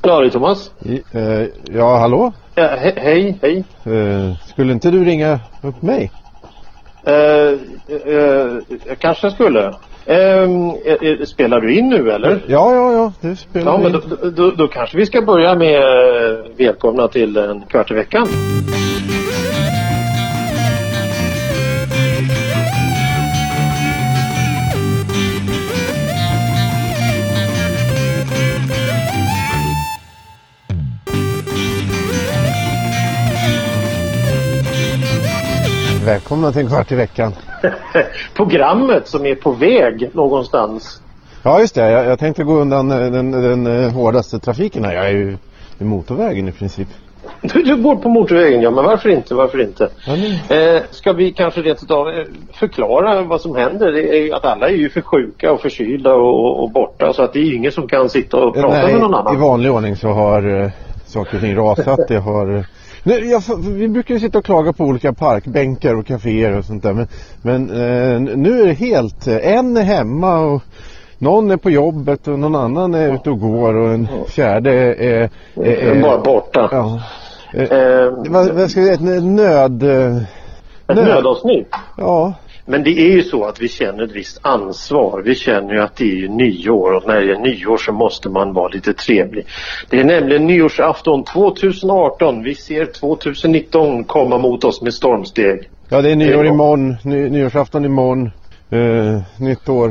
Ja, det är Thomas. Ja, hallå? Ja, hej. Skulle inte du ringa upp mig? Jag kanske skulle. Spelar du in nu, eller? Ja, det spelar ja, men då kanske vi ska börja med välkomna till en kvart i veckan. Välkomna till en kvart i veckan. Programmet som är på väg någonstans. Ja, just det. Jag tänkte gå undan den hårdaste trafiken här. Jag är ju i motorvägen i princip. Du går på motorvägen, ja, men varför inte? Ska vi kanske rent av förklara vad som händer? Det är att alla är ju för sjuka och förkylda och borta, så att det är ingen som kan sitta och prata med någon annan. I vanlig ordning så har saker och ting rasat. Det har... vi brukar ju sitta och klaga på olika parkbänkar och kaféer och sånt där. Men nu är det helt... En är hemma och någon är på jobbet och någon annan är ute och går och en fjärde är bara borta. Ja. Vad ska jag säga? Ett nödavsnitt? Ja. Men det är ju så att vi känner ett visst ansvar. Vi känner ju att det är ju nyår, och när det är nyår så måste man vara lite trevlig. Det är nämligen nyårsafton 2018. Vi ser 2019 komma mot oss med stormsteg. Ja, det är nyår imorgon. Nyårsafton imorgon. Nytt år.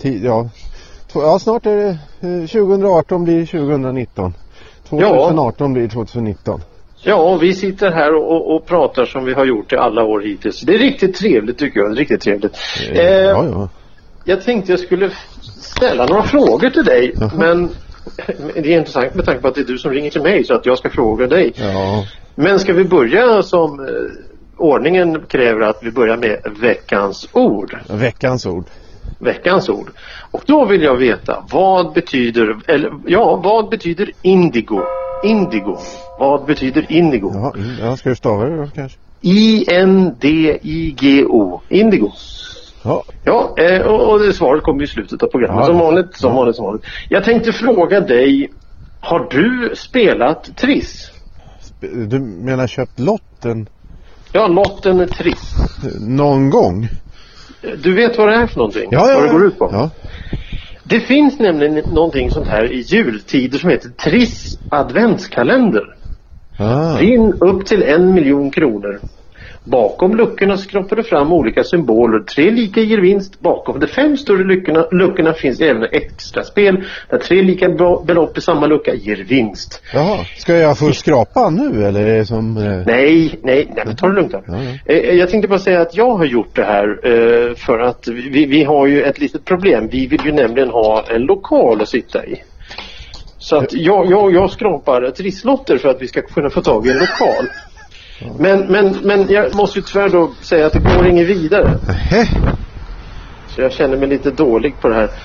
Ja, snart är det 2018 blir 2019. 2018 blir 2019. Ja, vi sitter här och pratar som vi har gjort i alla år hittills. Det är riktigt trevligt, tycker jag. Riktigt trevligt. Ja. Jag tänkte jag skulle ställa några frågor till dig. Men det är intressant med tanke på att det är du som ringer till mig, så att jag ska fråga dig. Ja. Men ska vi börja som ordningen kräver, att vi börjar med veckans ord? Veckans ord. Och då vill jag veta, vad betyder indigo? Vad betyder indigo? Ja, ska du stava det då kanske? I-N-D-I-G-O. Indigo. Ja, och det svaret kommer i slutet av programmet. Som vanligt. Jag tänkte fråga dig, har du spelat Triss? Du menar köpt lotten? Ja, lotten är Triss. Någon gång? Du vet vad det är för någonting? Ja. Vad det går ut på? Ja. Det finns nämligen någonting sånt här i jultider som heter Triss adventskalender. Vinn upp till 1 miljon kronor. Bakom luckorna skroppar det fram olika symboler. 3 lika ger vinst. Bakom de 5 större luckorna finns även extra spel där 3 lika belopp i samma lucka ger vinst. Jaha, ska jag få skrapa nu eller är det som... Nej, men ta det lugnt här. Jag tänkte bara säga att jag har gjort det här för att vi har ju ett litet problem. Vi vill ju nämligen ha en lokal att sitta i. Så att jag skrapar trisslotter för att vi ska kunna få tag i en lokal. Men jag måste ju tyvärr då säga att det går inget vidare. Så jag känner mig lite dålig på det här.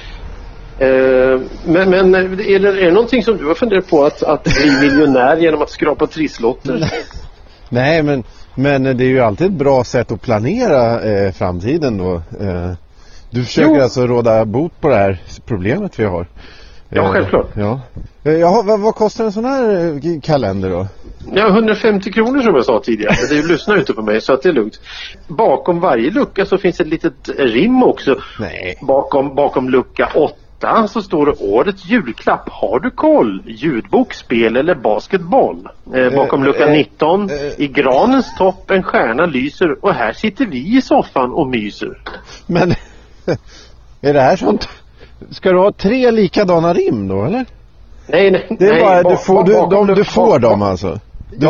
Men är det någonting som du har funderat på att bli miljonär genom att skrapa trisslotter? Nej, men det är ju alltid ett bra sätt att planera framtiden då. Du försöker alltså råda bot på det här problemet vi har. Ja, självklart. Ja. Vad kostar en sån här kalender då? Ja, 150 kronor som jag sa tidigare. Du lyssnar inte på mig, så att det är lugnt. Bakom varje lucka så finns ett litet rim också. Nej. Bakom lucka 8 så står det årets julklapp. Har du koll? Ljudbok, spel eller basketboll? Bakom lucka 19 i granens topp en stjärna lyser, och här sitter vi i soffan och myser. Men är det här sånt? Ska du ha 3 likadana rim då, eller? Nej. Det är bara, du får dem alltså. Det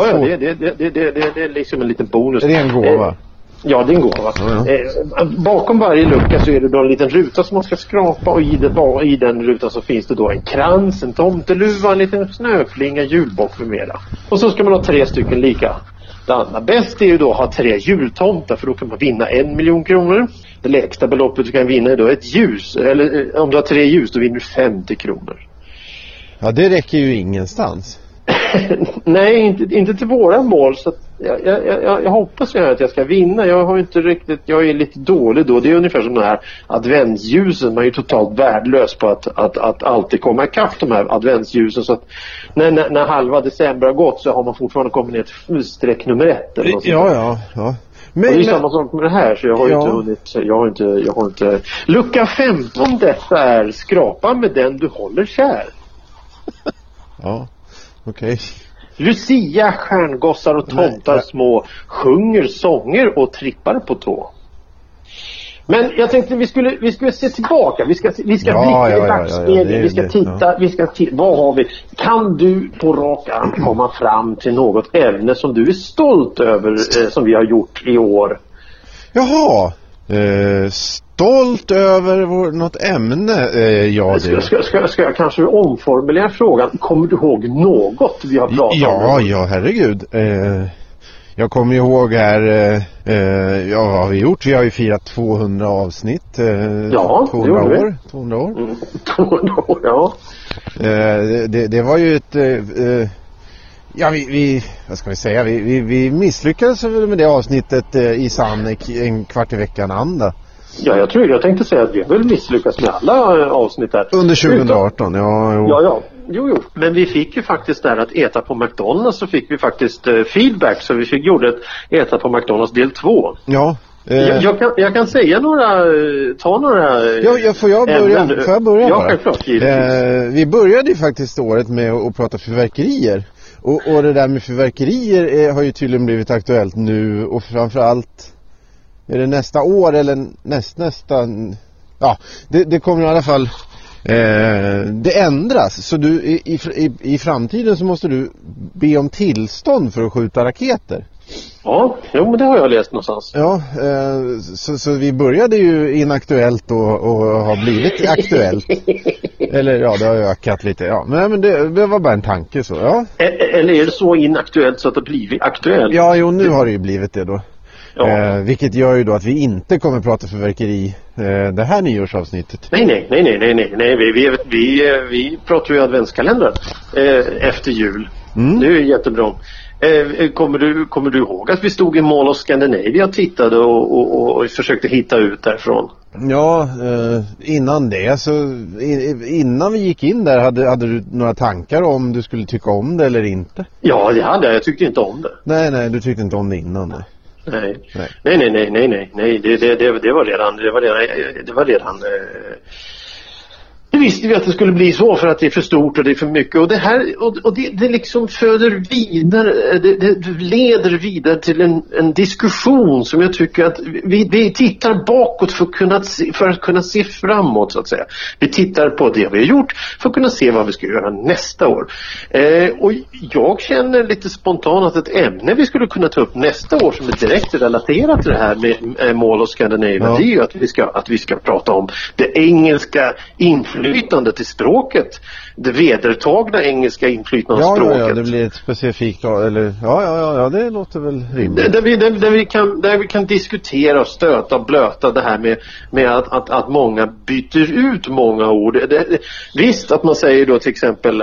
är liksom en liten bonus. Är det en gåva? Ja, det är en gåva. Ja. Bakom varje lucka så är det då en liten ruta som man ska skrapa, och i den rutan så finns det då en krans, en tomteluva, en liten snöflinga, julbock med mera. Och så ska man ha 3 stycken lika. Det andra bäst är ju då att ha 3 jultomtar, för då kan man vinna 1 miljon kronor. Det lägsta beloppet du kan vinna är då ett ljus, eller om du har 3 ljus då vinner du 50 kronor. Ja, det räcker ju ingenstans. Nej, inte till våra mål. Så jag hoppas ju att jag ska vinna. Jag har inte riktigt, jag är lite dålig då. Det är ungefär som den här adventsljusen. Man är ju totalt värdelös på att alltid komma ikapp de här adventsljusen. Så att när halva december har gått så har man fortfarande kommit ner till streck nummer 1. Eller något ja. Men, och det är samma sak med det här, så jag har ju inte hunnit, jag har inte. Lucka 15, detta är skrapa med den du håller kär. Ja, okej. Lucia, stjärngossar och tomtar små sjunger sånger och trippar på tå. Men jag tänkte vi skulle se tillbaka. Vi ska blicka i backspegeln. Vi ska titta. Vad har vi? Kan du på rak arm komma fram till något ämne som du är stolt över som vi har gjort i år? Jaha. Stolt över något ämne? Ska jag kanske omformulera frågan? Kommer du ihåg något vi har pratat om? Ja, herregud. Jag kommer ihåg här, vad har vi gjort? Vi har ju firat 200 avsnitt. 200 år. 200 år, ja. Det var ju ett... vad ska vi säga? Vi misslyckades med det avsnittet i sann en kvart i veckan anda. Ja, jag tänkte säga att vi väl misslyckas med alla avsnitt där. Under 2018, Ja. Jo. Men vi fick ju faktiskt där att äta på McDonald's, så fick vi faktiskt feedback, så vi gjorde ett äta på McDonald's del 2. Ja. Jag kan säga ta några får jag börja ja, bara? Självklart. Vi började ju faktiskt året med att prata fyrverkerier. Och det där med fyrverkerier har ju tydligen blivit aktuellt nu, och framförallt är det nästa år eller nästan. Ja, det kommer i alla fall det ändras. Så du i framtiden så måste du be om tillstånd för att skjuta raketer. Ja, men det har jag läst någonstans. Ja, så vi började ju inaktuellt och har blivit aktuellt. Eller ja, det har ökat lite. Ja, men det var bara en tanke så, ja. Eller är det så inaktuellt så att det blivit aktuellt? Ja, nu har det ju blivit det då. Ja. Vilket gör ju då att vi inte kommer prata förverkeri det här nyårsavsnittet. Nej. Vi pratar ju adventskalendern efter jul. Det är ju jättebra. Kommer du ihåg att vi stod i Mall of Scandinavia och tittade och försökte hitta ut därifrån? Ja, innan det så innan vi gick in där hade du några tankar om du skulle tycka om det eller inte? Ja, det hade jag. Jag tyckte inte om det. Nej, du tyckte inte om det innan. Nej. Det var redan det visste vi att det skulle bli så, för att det är för stort och det är för mycket. Och det här det liksom föder vidare, det leder vidare till en diskussion som jag tycker att vi tittar bakåt för att kunna se framåt, så att säga. Vi tittar på det vi har gjort för att kunna se vad vi ska göra nästa år. Och jag känner lite spontant att ett ämne vi skulle kunna ta upp nästa år som är direkt relaterat till det här med Mall of Scandinavia, det är ju att vi ska prata om det engelska inflytandet i språket, det vedertagna engelska inflytandet av språket. Ja, det blir ett specifikt, eller ja, det låter väl rimligt. Där vi kan diskutera och stöta och blöta det här med att många byter ut många ord. Visst att man säger då till exempel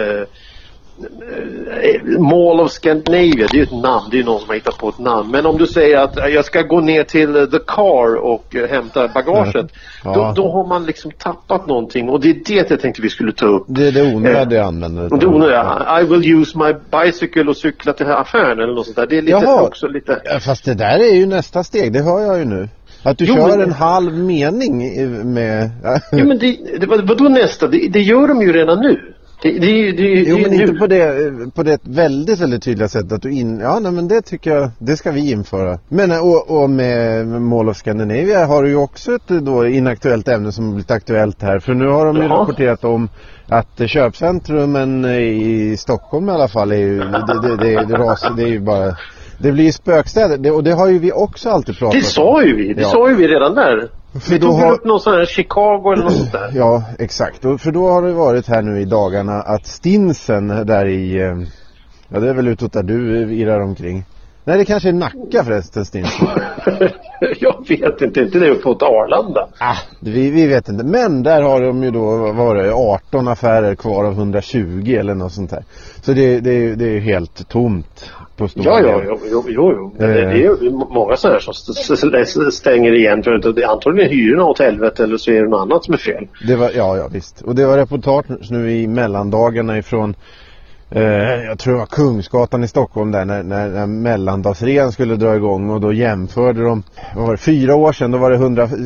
Mall of Scandinavia, det är ju ett namn, det är någon som har hittat på ett namn. Men om du säger att jag ska gå ner till the car och hämta bagaget, då har man liksom tappat någonting. Och det är det jag tänkte vi skulle ta upp. Det är det onödiga användandet. Det onödiga. I will use my bicycle och cykla till affären eller något sånt där. Det är lite också lite. Ja, fast det där är ju nästa steg, det hör jag ju nu. Att du kör en halv mening med. Jo, men vadå nästa? Det gör de ju redan nu. Men inte på det väldigt, väldigt tydliga sätt att men det tycker jag, det ska vi införa. Men och med Mall of Scandinavia har du ju också ett då inaktuellt ämne som blivit aktuellt här. För nu har de ju rapporterat om att köpcentrumen i Stockholm i alla fall är ju det är ju bara, det blir ju spökstäder, och det har ju vi också alltid pratat om. Det sa ju vi redan där. Vi tog upp någon sån här Chicago eller något sånt där. Ja, exakt. För då har det varit här nu i dagarna att Stinsen där i, det är väl utåt där du irrar omkring. Nej, det kanske är Nacka förresten, Stinsson. Jag vet inte det uppåt Arlanda. Vi vet inte. Men där har de ju då varit 18 affärer kvar av 120 eller något sånt här. Så det är helt tomt på stora Ja. Det är ju många sådana här som stänger igen. För att det antagligen är hyrorna åt helvete eller så är det något annat som är fel. Det var, ja, visst. Och det var reportage nu i mellandagarna ifrån jag tror det var Kungsgatan i Stockholm där när mellandagsrean skulle dra igång, och då jämförde de, vad var det, 4 år sedan då var det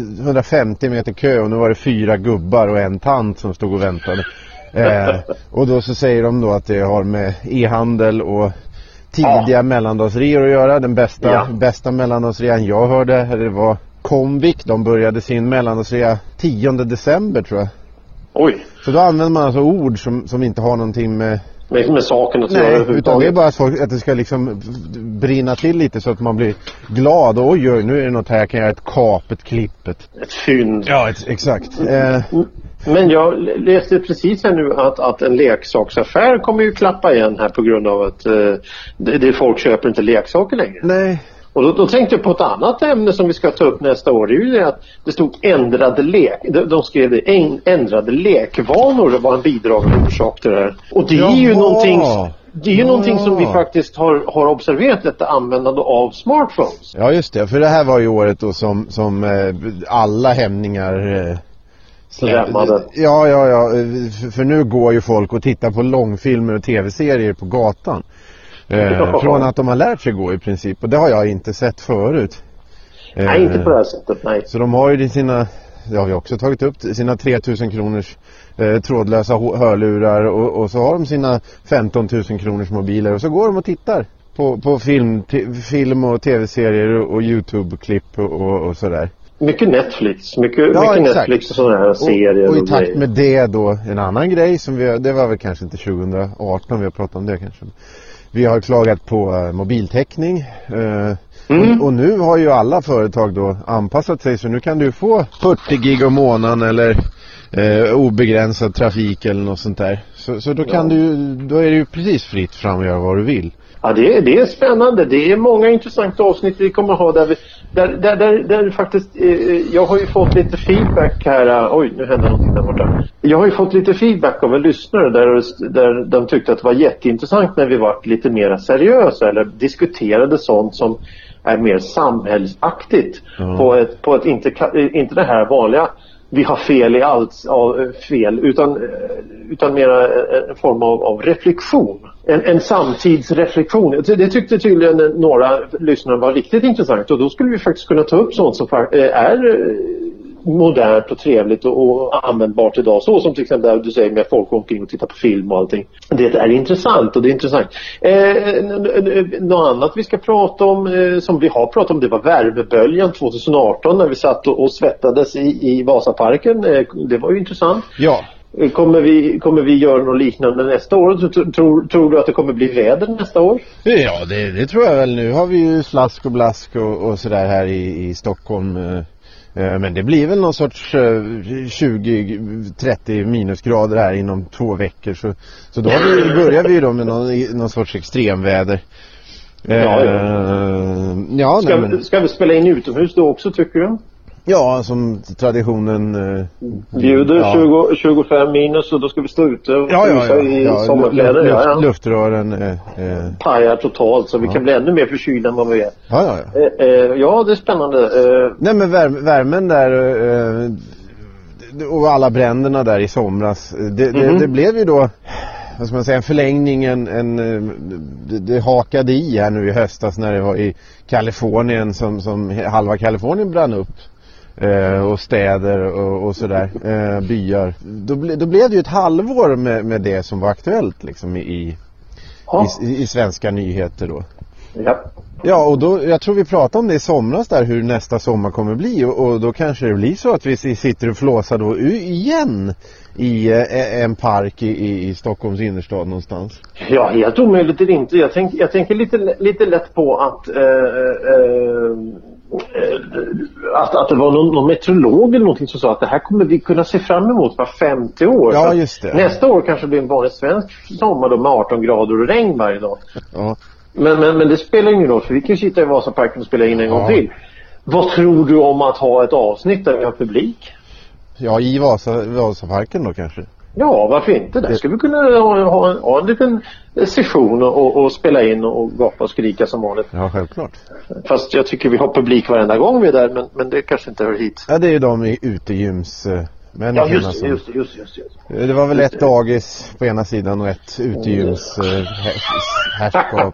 150 meter kö och nu var det 4 gubbar och en tant som stod och väntade. Och då så säger de då att det har med e-handel och tidiga mellandagsreor att göra. Den bästa mellandagsrean jag hörde, det var Comvik. De började sin mellandagsrea 10 december tror jag. Oj. Så då använder man alltså ord som inte har någonting med saken att göra. Nej, utan det är bara att det ska liksom brinna till lite så att man blir glad. Oj, nu är det något här, kan jag göra ett kapet klippet. Ett fynd. Ja, exakt. Men jag läste precis här nu att en leksaksaffär kommer ju klappa igen här på grund av att det folk köper inte leksaker längre. Nej. Och då tänkte jag på ett annat ämne som vi ska ta upp nästa år. Det är ju det att det stod ändrade de skrev det, ändrade lekvanor. Det var en bidragande orsak till det här. Och det är ju någonting... Det är ju någonting som vi faktiskt har observerat, detta användande av smartphones. Ja, just det. För det här var ju året då som alla hämningar... Slämmade. Ja. För nu går ju folk och tittar på långfilmer och tv-serier på gatan. Från att de har lärt sig gå i princip. Och det har jag inte sett förut. Nej, inte på det här sättet, nej. Så de har ju sina, det har vi också tagit upp, sina 3000 kronors trådlösa hörlurar och så har de sina 15 000 kronors mobiler och så går de och tittar på film och tv-serier och YouTube-klipp och sådär. Mycket Netflix, mycket Netflix och sådana här serier. Och i takt med det då, en annan grej som det var väl kanske inte 2018 vi har pratat om det kanske. Vi har klagat på mobiltäckning och nu har ju alla företag då anpassat sig, så nu kan du få 40 gig om månaden eller obegränsad trafik eller något sånt där. Så då kan då är det ju precis fritt fram att göra vad du vill. Ja, det är spännande. Det är många intressanta avsnitt vi kommer ha där faktiskt jag har ju fått lite feedback här. Oj, nu händer någonting där borta. Jag har ju fått lite feedback av en lyssnare där de tyckte att det var jätteintressant när vi var lite mer seriösa eller diskuterade sånt som är mer samhällsaktigt på ett inte det här vanliga vi har fel i allt fel utan mer en form av reflektion. En samtidsreflektion. Det tyckte tydligen några lyssnare var riktigt intressant, och då skulle vi faktiskt kunna ta upp sånt som är modernt och trevligt och användbart idag, så som till exempel där du säger med folk omkring och tittar på film och allting. Det är intressant och det är intressant. Något annat vi ska prata om som vi har pratat om, det var värmeböljan 2018 när vi satt och svettades i Vasaparken. Det var ju intressant. Ja. Kommer vi göra något liknande nästa år? Tror du att det kommer bli väder nästa år? Ja, det tror jag väl. Nu har vi ju slask och blask och sådär här i Stockholm. Men det blir väl någon sorts 20-30 minusgrader här inom 2 veckor. Så då börjar vi ju då med någon sorts extremväder. Ska vi spela in utomhus då också, tycker du? Ja, som traditionen bjuder 25 minus, och då ska vi stå ute och i sommarkläder. Luftrören pajar totalt, så vi kan bli ännu mer förkylda än vad vi är. Ja, det är spännande. Nej, men värmen där och alla bränderna där i somras, det blev ju då, vad ska man säga, en förlängning, det hakade i här nu i höstas när det var i Kalifornien som halva Kalifornien brann upp. Och städer och sådär, byar. Då blev det ju ett halvår med det som var aktuellt liksom i svenska nyheter då. Ja, och då, jag tror vi pratade om det i somras där, hur nästa sommar kommer bli, och då kanske det blir så att vi sitter och flåsar då igen i en park i Stockholms innerstad någonstans. Ja, helt omöjligt eller inte. Jag tänker lite lätt på att det var någon meteorolog eller någonting som sa att det här kommer vi kunna se fram emot var 50 år. Ja, just det. Nästa år kanske blir en vanlig svensk sommar då med 18 grader och regn varje dag. Ja. Men det spelar ingen roll, för vi kan sitta i Vasaparken och spela in en gång till. Vad tror du om att ha ett avsnitt där vi har publik? Ja, i Vasaparken då kanske. Ja, varför inte? Där skulle vi kunna ha en liten session och spela in och gapa och skrika som vanligt. Ja, självklart. Fast jag tycker vi har publik varenda gång vi är där, men det kanske inte hör hit. Ja, det är ju de i utegyms... Ja, just. Det var väl ett dagis på ena sidan och ett utegyms härskap.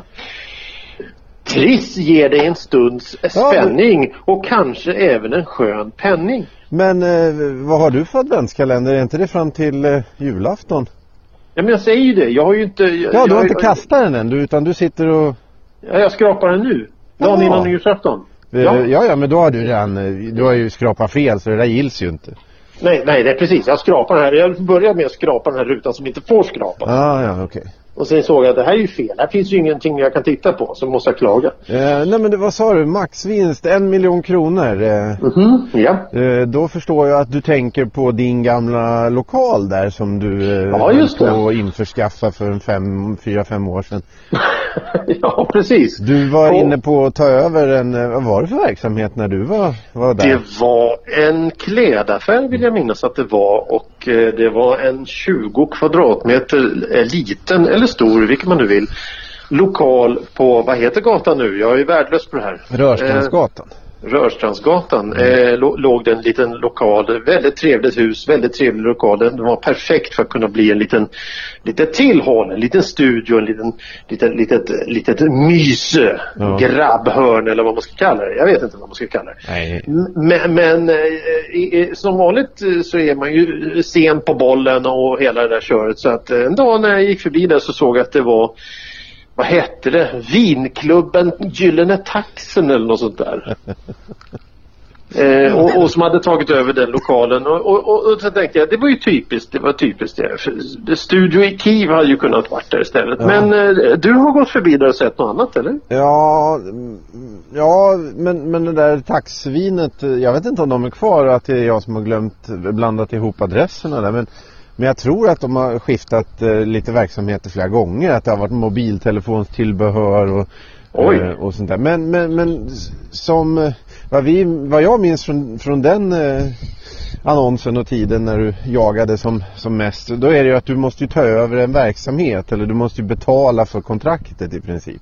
Triss ger dig en stunds spänning och kanske även en skön penning. Men vad har du för adventskalender? Är inte det fram till julafton? Ja, men jag säger ju det. Jag har ju inte... Du har inte kastat den än, utan du sitter och... Ja, jag skrapar den nu. Dagen innan nyårsafton. Ja, men då har du har ju skrapat fel, så det där gills ju inte. Nej, det är precis. Jag skrapar den här. Jag börjar med att skrapa den här rutan som inte får skrapa. Ja, okej. Och sen såg jag att det här är ju fel. Här finns ju ingenting jag kan titta på, så måste jag klaga. Nej, men vad sa du? Maxvinst 1 miljon kronor. Ja. Då förstår jag att du tänker på din gamla lokal där som du just det. på införskaffa för 4-5 år sedan. Ja, precis. Du var inne på att ta över vad var det för verksamhet när du var där? Det var en klädaffär, vill jag minnas att det var. Och det var en 20 kvadratmeter liten eller stor, vilket man nu vill, lokal på, vad heter gatan nu? Jag är värdelös på det här. Rörstrandsgatan. Rörstrandsgatan låg det en liten lokal, väldigt trevligt hus, väldigt trevlig lokal. Den var perfekt för att kunna bli en liten tillhåll, en liten studio, en litet myse, grabbhörn eller vad man ska kalla det. Jag vet inte vad man ska kalla det. Nej. Men som vanligt så är man ju sen på bollen och hela det där köret. Så att en dag när jag gick förbi där så såg jag att det var, vad hette det? Vinklubben Gyllene Taxen eller något sånt där. Och som hade tagit över den lokalen. Och så tänkte jag, det var ju typiskt. Det. Studio i Kiev hade ju kunnat varit där istället. Ja. Men du har gått förbi där och sett något annat, eller? Ja, men det där taxvinet, jag vet inte om de är kvar, att det är jag som har blandat ihop adresserna där. Men jag tror att de har skiftat lite verksamheter flera gånger. Att det har varit mobiltelefonstillbehör och sånt där. Men som vad jag minns från den annonsen och tiden när du jagade som mest, då är det ju att du måste ju ta över en verksamhet, eller du måste ju betala för kontraktet i princip.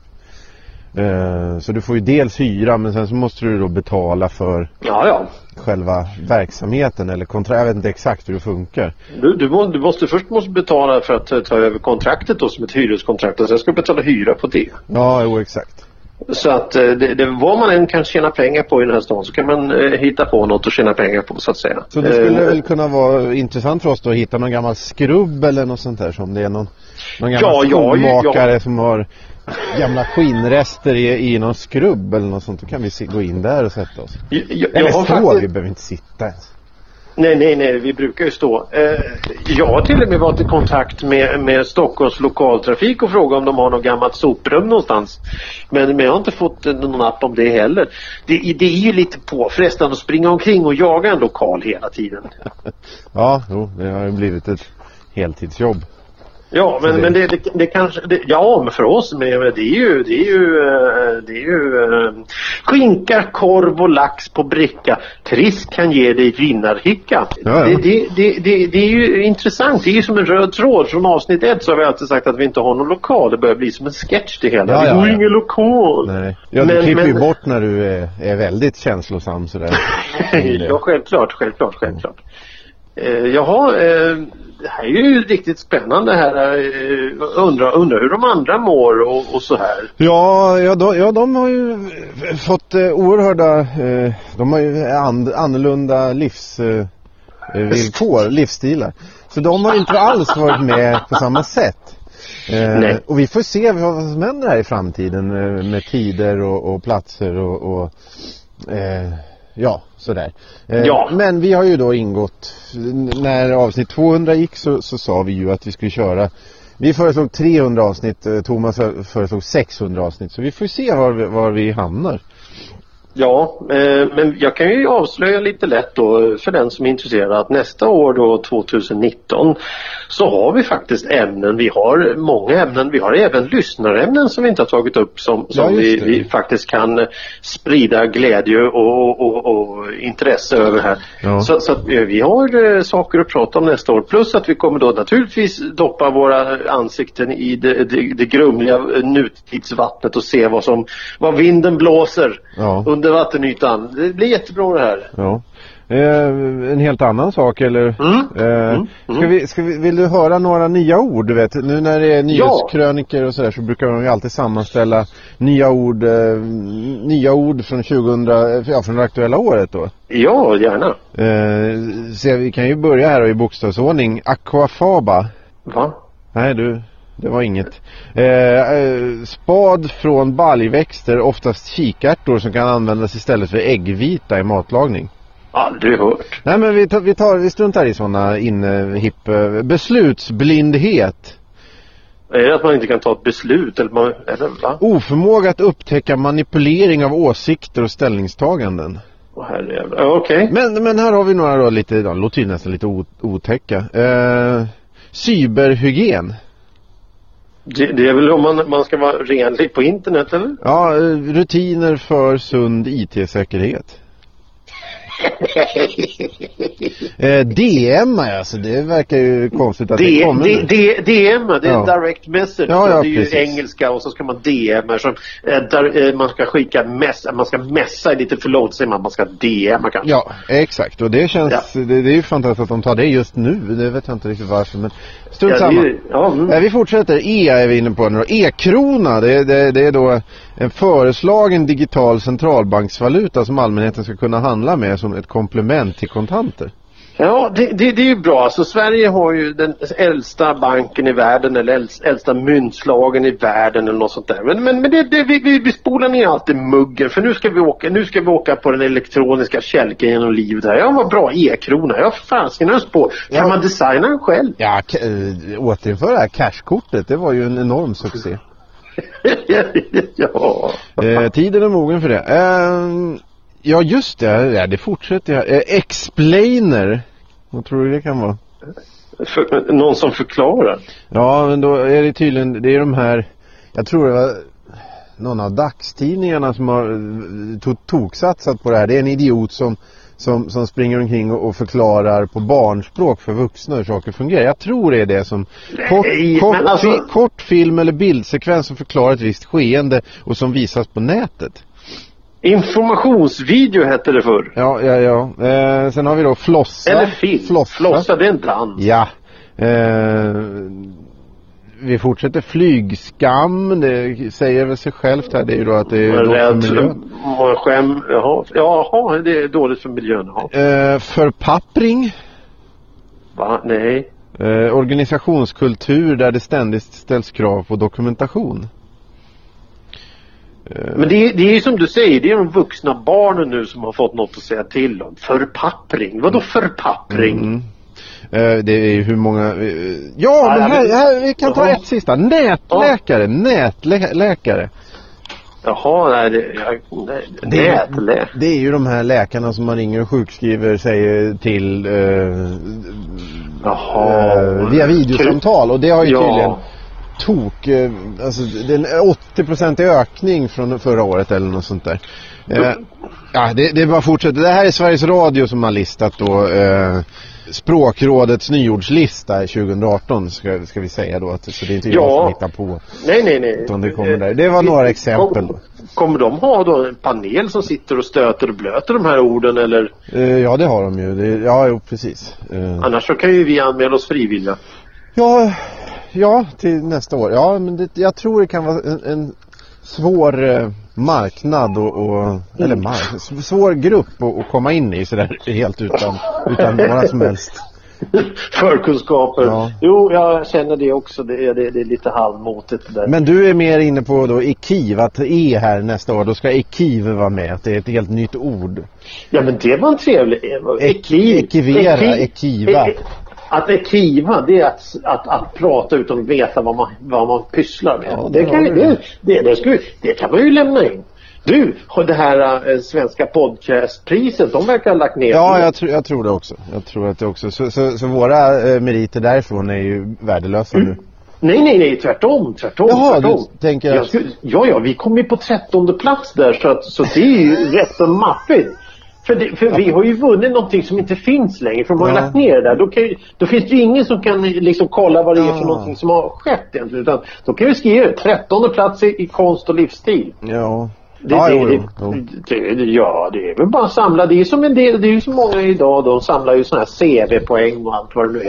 Så du får ju dels hyra, men sen så måste du då betala för själva verksamheten eller kontrakt. Jag vet inte exakt hur det funkar. Du måste först betala för att ta över kontraktet då, som ett hyreskontrakt, och sen ska du betala hyra på det. Ja, exakt. Så att vad man än kan tjäna pengar på i den här stan, så kan man hitta på något att tjäna pengar på, så att säga. Så det skulle väl kunna vara intressant för oss då att hitta någon gammal skrubb eller något sånt där, som det är någon gammal skomakare som har gamla skinnrester i någon skrubb eller något sånt. Då kan vi gå in där och sätta oss. Vi behöver inte sitta ens. Nej, vi brukar ju stå. Jag har till och med varit i kontakt med Stockholms lokaltrafik och frågat om de har något gammalt soprum någonstans. Men jag har inte fått någon app om det heller. Det är ju lite påfrestande att springa omkring och jaga en lokal hela tiden. Ja, det har ju blivit ett heltidsjobb. Ja, men det kanske men för oss, men det är ju skinka, korv och lax på bricka. Triss kan ge dig vinnarhicka. Ja. Det är ju intressant. Det är ju som en röd tråd från avsnitt 1, så har vi alltid sagt att vi inte har någon lokal. Det börjar bli som en sketch det hela. Det går ingen lokal. Nej. Ja, du klipper ju bort när du är väldigt känslosam sådär. Ja, självklart. Det här är ju riktigt spännande här. Undrar hur de andra mår och så här. Ja, de har ju fått oerhörda, de har ju annorlunda livsstilar. Så de har inte alls varit med på samma sätt. Och vi får se vad som händer här i framtiden med tider och platser och sådär. Men vi har ju då ingått, när avsnitt 200 gick så sa vi ju att vi skulle köra, vi föreslog 300 avsnitt, Thomas föreslog 600 avsnitt, så vi får se var vi hamnar. Ja, men jag kan ju avslöja lite lätt då för den som är intresserad att nästa år då 2019 så har vi faktiskt ämnen. Vi har många ämnen. Vi har även lyssnarämnen som vi inte har tagit upp som vi faktiskt kan sprida glädje och intresse över här. Ja. Så att vi har saker att prata om nästa år. Plus att vi kommer då naturligtvis doppa våra ansikten i det grumliga nutidsvattnet och se vad vinden blåser. Ja. Under vattenytan. Det blir jättebra det här. Ja. En helt annan sak eller? Vill du höra några nya ord? Du vet, nu när det är nyhetskröniker och sådär så brukar de ju alltid sammanställa nya ord från från det aktuella året då. Ja, gärna. Så vi kan ju börja här i bokstavsordning. Aquafaba. Va? Nej det var inget. Spad från baljväxter, oftast kikärtor som kan användas istället för äggvita i matlagning. Aldrig hört. Nej, men vi struntar i sådana beslutsblindhet. Är det att man inte kan ta ett beslut eller va? Oförmåga att upptäcka manipulering av åsikter och ställningstaganden. Okej. Men här har vi några då lite, låter ju nästan lite otäcka. Cyberhygien. Det är väl om man ska vara renlig på internet, eller? Ja, rutiner för sund IT-säkerhet. DM, alltså det verkar ju konstigt att det kommer. DM, det är direct message. Ja, det är ju precis. engelska och så ska man DM som man ska skicka man ska messa lite för långt, säger man ska DM kanske. Ja, exakt. Och det känns det är ju fantastiskt att de tar det just nu. Det vet jag inte riktigt varför, men strunt samma. Vi fortsätter. Är vi inne på nu. E-krona, det är då en föreslagen digital centralbanksvaluta som allmänheten ska kunna handla med som ett komplement till kontanter. Ja, det är ju bra. Alltså, Sverige har ju den äldsta banken i världen eller äldsta myntslagen i världen eller något sånt där. Men vi spolar ner alltid muggen för nu ska vi åka på den elektroniska kälken genom livet här. Ja, vad bra, e-krona. Ja, fan, ska jag på. Kan man designa den själv? Ja, återinföra det här cashkortet, det var ju en enorm succé. Ja. Tiden är mogen för det. Ja, just det. Det fortsätter jag. Explainer. Vad tror du det kan vara? Någon som förklarar? Ja, men då är det tydligen, det är de här, jag tror det var någon av dagstidningarna som har toksatsat på det här. Det är en idiot som springer omkring och förklarar på barnspråk för vuxna hur saker fungerar. Jag tror det är det som kort film eller bildsekvens som förklarar ett visst skeende och som visas på nätet. Informationsvideo hette det förr. Ja. Sen har vi då flossa. Eller film. Flossa, det är en dans. Ja. Vi fortsätter flygskam. Det säger väl sig självt här. Det är ju då att det är dåligt för miljön. Jaha, det är dåligt för miljön. Förpappring. Va? Nej. Organisationskultur där det ständigt ställs krav på dokumentation. Men det är ju som du säger, det är de vuxna barnen nu som har fått något att säga till om. Förpappring, vadå förpappring? Det är ju hur många... men här vi kan ta ett sista. Nätläkare. Jaha, nätläkare. Det är ju de här läkarna som man ringer och sjukskriver säger till via videosamtal. Och det har ju tydligen alltså det är en 80% ökning från förra året eller något sånt där. Det bara fortsätter. Det här är Sveriges Radio som har listat då Språkrådets nyordslista 2018 ska vi säga då, så det är inte jag som hittar på. Nej. Utan det kommer där. Det var några exempel. Kommer de ha då en panel som sitter och stöter och blöter de här orden eller? Ja, det har de ju. Precis. Annars så kan ju vi anmäla oss frivilliga. Ja, till nästa år. Ja, men jag tror det kan vara en svår marknad svår grupp att komma in i så där helt utan några som helst förkunskaper. Ja. Jo, jag känner det också. Det är lite halvmotigt där. Men du är mer inne på då ekiv, att här nästa år, då ska ekiv vara med. Att det är ett helt nytt ord. Ja, men det var en trevlig... Ekiva. Att ekiva, det är att prata utan att veta vad man pysslar med. Ja, det kan man ju lämna in. Du, det här svenska podcastpriset, de verkar ha lagt ner. Ja, jag tror det också. Jag tror att det också. Så våra meriter därifrån är ju värdelösa nu. Nej, tvärtom. Jaha, du tänker Ja, vi kom ju på 13:e plats där, så det är ju rätt så maffigt. För vi har ju vunnit någonting som inte finns längre, för man har lagt ner det där. Då finns det ju ingen som kan liksom kolla vad det är för någonting som har skett egentligen, utan då kan vi skriva 13:e plats i konst och livsstil. Ja. Det är väl bara samla. Det är som en del, det är ju så många idag, de samlar ju såna här CV-poäng och allt vad det nu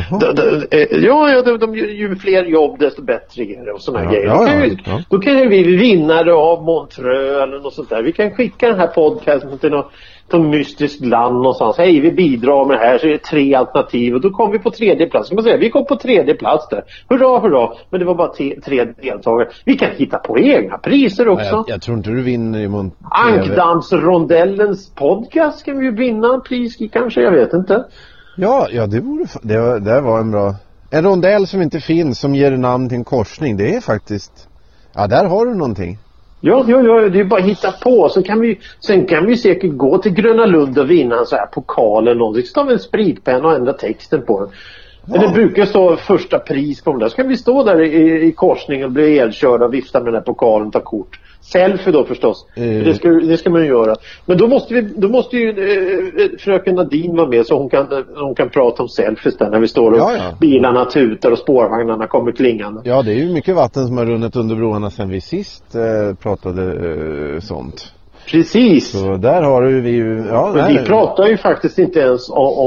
är. De ju fler jobb desto bättre är det och såna här grejer. Då kan ju vi vinnare av Montreux eller något sånt där. Vi kan skicka den här podcasten till något mystiskt land någonstans. Hej, vi bidrar med det här, så är det 3 alternativ och då kommer vi på 3:e plats. Kan man säga, vi kom på 3:e plats där. Hurra, men det var bara 3 deltagare. Vi kan hitta på egna priser också. Jag tror inte du vinner i Ankdammsrondellens podcast kan vi ju vinna en pris i, kanske, jag vet inte. Ja, det var en bra. En rondell som inte finns, som ger namn till en korsning, det är faktiskt, ja, där har du någonting. Ja, det är bara att hitta på. Sen kan vi säkert gå till Gröna Lund och vinna en så här pokal eller någonting. Så tar vi en spritpenna och ändra texten på den. Ja. Det brukar stå första pris på den där. Så kan vi stå där i korsningen och bli elkörda och vifta med den här pokalen och ta kort. Selfie då förstås. Det ska man ju göra. Men då måste ju fröken Nadine vara med, så hon kan prata om selfies där när vi står och bilarna tutar och spårvagnarna kommer klingande. Ja, det är ju mycket vatten som har runnit under broarna sen vi sist pratade sånt. Precis. Så där har vi ju... Ja, men vi pratar ju faktiskt inte ens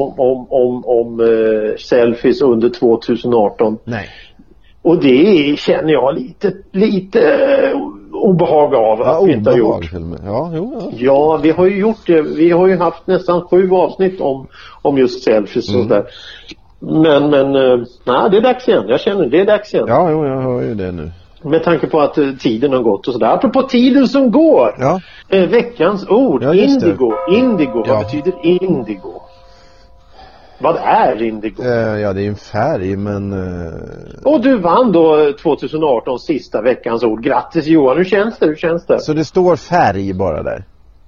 om selfies under 2018. Nej. Och det känner jag lite obehag av att vi inte har gjort. Ja, vi har ju gjort det. Vi har ju haft nästan 7 avsnitt om just selfies och där. Men nej, det är dags igen. Jag känner det är dags igen. Ja, jag hör ju det nu. Med tanke på att tiden har gått och sådär. Apropå tiden som går. Ja. Veckans ord. Ja, indigo. Vad betyder indigo? Vad är indigo? Ja, det är en färg, men... Och du vann då 2018 sista veckans ord. Grattis Johan, hur känns det? Så det står färg bara där?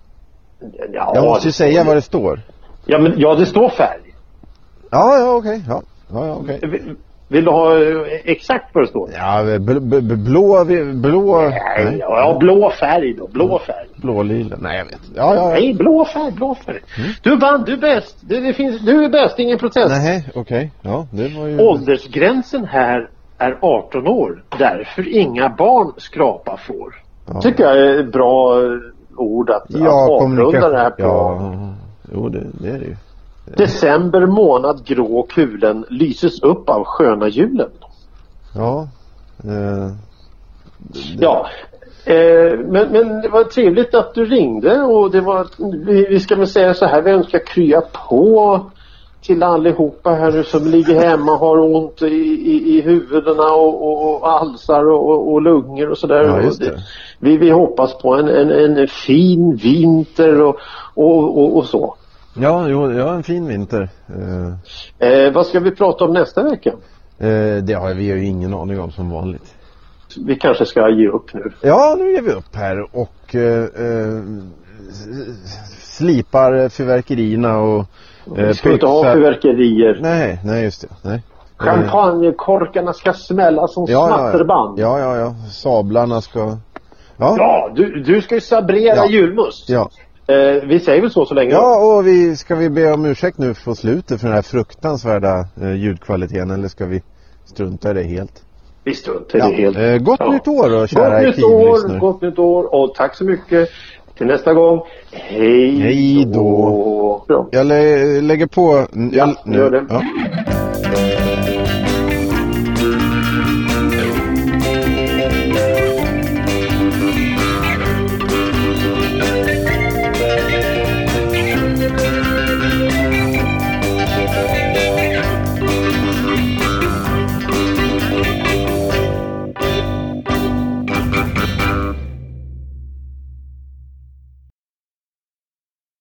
Ja, jag måste ju säga vad det står. Ja, det står färg. Ja, okej. Ja, okej. Vill du ha exakt vad det står? Ja, blå... Nej, ja, blå färg då. Blå färg. Blå lila. Nej, jag vet. Ja. Nej, blå färg. Du vann, du är bäst. Du är bäst, ingen protest. Nej, okej. Ja, det var ju... Åldersgränsen här är 18 år. Därför inga barn skrapa får. Ja. Tycker jag är ett bra ord att avrunda det här på. Ja, jo, det är det ju. December månad, grå kulen lyses upp av sköna julen. Ja. Men det var trevligt att du ringde, och det var, vi ska väl säga så här, vi önskar krya på till allihopa här nu som ligger hemma och har ont i huvudena och halsar och lungor och sådär. Ja, just det. Vi hoppas på en fin vinter och så. Ja, en fin vinter. Vad ska vi prata om nästa vecka? Det har vi ju ingen aning om, som vanligt. Vi kanske ska ge upp nu. Ja, nu ger vi upp här och slipar fyrverkerierna och ska inte ha fyrverkerier. Nej, just det. Nej. Champagnekorkarna ska smälla som smatterband. Ja. Sablarna ska... Ja, du ska ju sabrera julmust. Ja. Vi säger väl så länge. Ja, och ska vi be om ursäkt nu för slutet för den här fruktansvärda ljudkvaliteten, eller ska vi strunta i det helt? Vi struntar i det helt. Gott nytt år då, kära arkivlyssnare. Gott nytt år, och tack så mycket. Till nästa gång. Hej då. Jag lägger på... Ja, gör det. Ja.